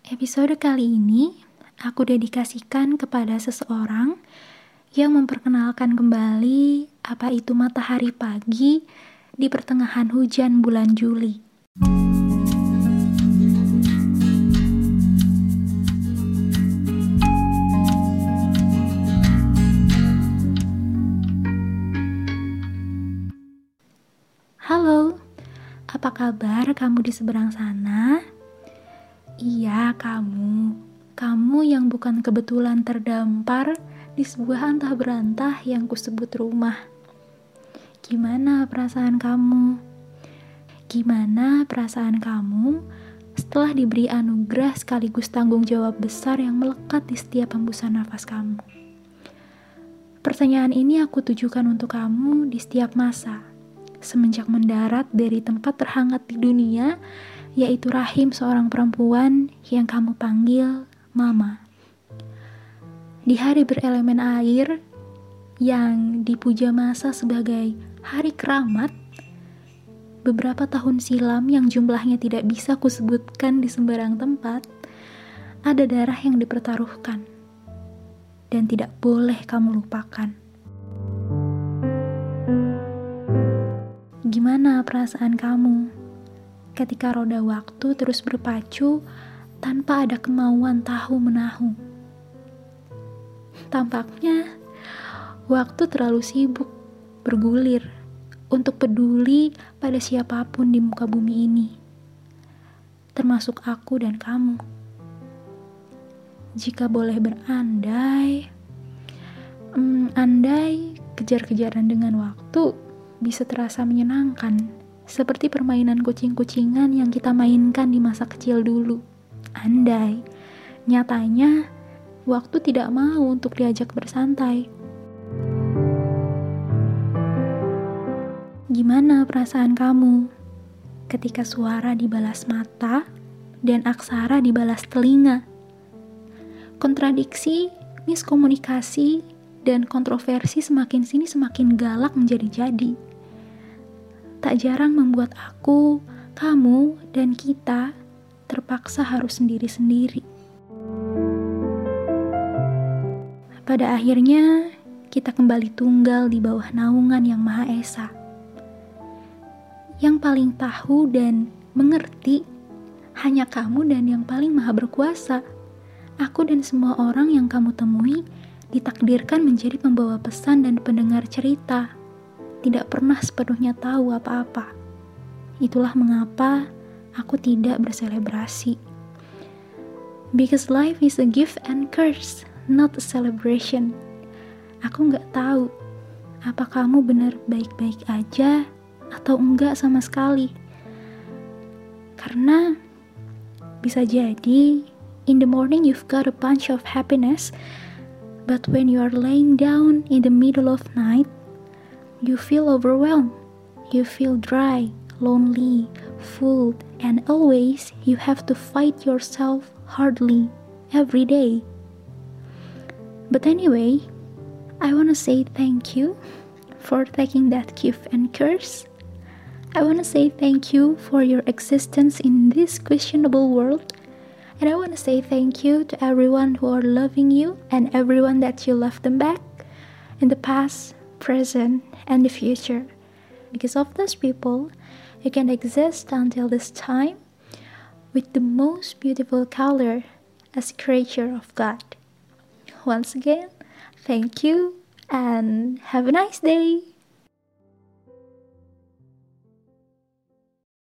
Episode kali ini aku dedikasikan kepada seseorang yang memperkenalkan kembali apa itu matahari pagi di pertengahan hujan bulan Juli. Halo, apa kabar kamu di seberang sana? Iya, kamu yang bukan kebetulan terdampar di sebuah antah berantah yang kusebut rumah. Gimana perasaan kamu? Gimana perasaan kamu setelah diberi anugerah sekaligus tanggung jawab besar yang melekat di setiap hembusan nafas kamu? Pertanyaan ini aku tujukan untuk kamu di setiap masa, semenjak mendarat dari tempat terhangat di dunia, yaitu rahim seorang perempuan yang kamu panggil Mama. Di hari berelemen air yang dipuja masa sebagai hari keramat, beberapa tahun silam yang jumlahnya tidak bisa kusebutkan di sembarang tempat, ada darah yang dipertaruhkan dan tidak boleh kamu lupakan. Gimana perasaan kamu ketika roda waktu terus berpacu tanpa ada kemauan tahu-menahu? Tampaknya waktu terlalu sibuk bergulir untuk peduli pada siapapun di muka bumi ini, termasuk aku dan kamu. Jika boleh berandai, andai kejar-kejaran dengan waktu bisa terasa menyenangkan, seperti permainan kucing-kucingan yang kita mainkan di masa kecil dulu. Andai, nyatanya waktu tidak mau untuk diajak bersantai. Gimana perasaan kamu ketika suara dibalas mata dan aksara dibalas telinga? Kontradiksi, miskomunikasi, dan kontroversi semakin sini semakin galak menjadi-jadi. Tak jarang membuat aku, kamu, dan kita terpaksa harus sendiri-sendiri. Pada akhirnya, kita kembali tunggal di bawah naungan Yang Maha Esa. Yang paling tahu dan mengerti hanya kamu dan Yang paling Maha Berkuasa. Aku dan semua orang yang kamu temui ditakdirkan menjadi pembawa pesan dan pendengar cerita. Tidak pernah sepenuhnya tahu apa-apa. Itulah mengapa aku tidak berselebrasi. Because life is a gift and curse, not a celebration. Aku gak tahu apa kamu benar baik-baik aja atau enggak sama sekali. Karena bisa jadi in the morning you've got a bunch of happiness, but when you are laying down in the middle of night, you feel overwhelmed, you feel dry, lonely, full, and always you have to fight yourself hardly every day. But anyway, I want to say thank you for taking that gift and curse. I want to say thank you for your existence in this questionable world. And I want to say thank you to everyone who are loving you and everyone that you left them back in the past, present, and the future. Because of those people, you can exist until this time with the most beautiful color as a creature of God. Once again, thank you and have a nice day.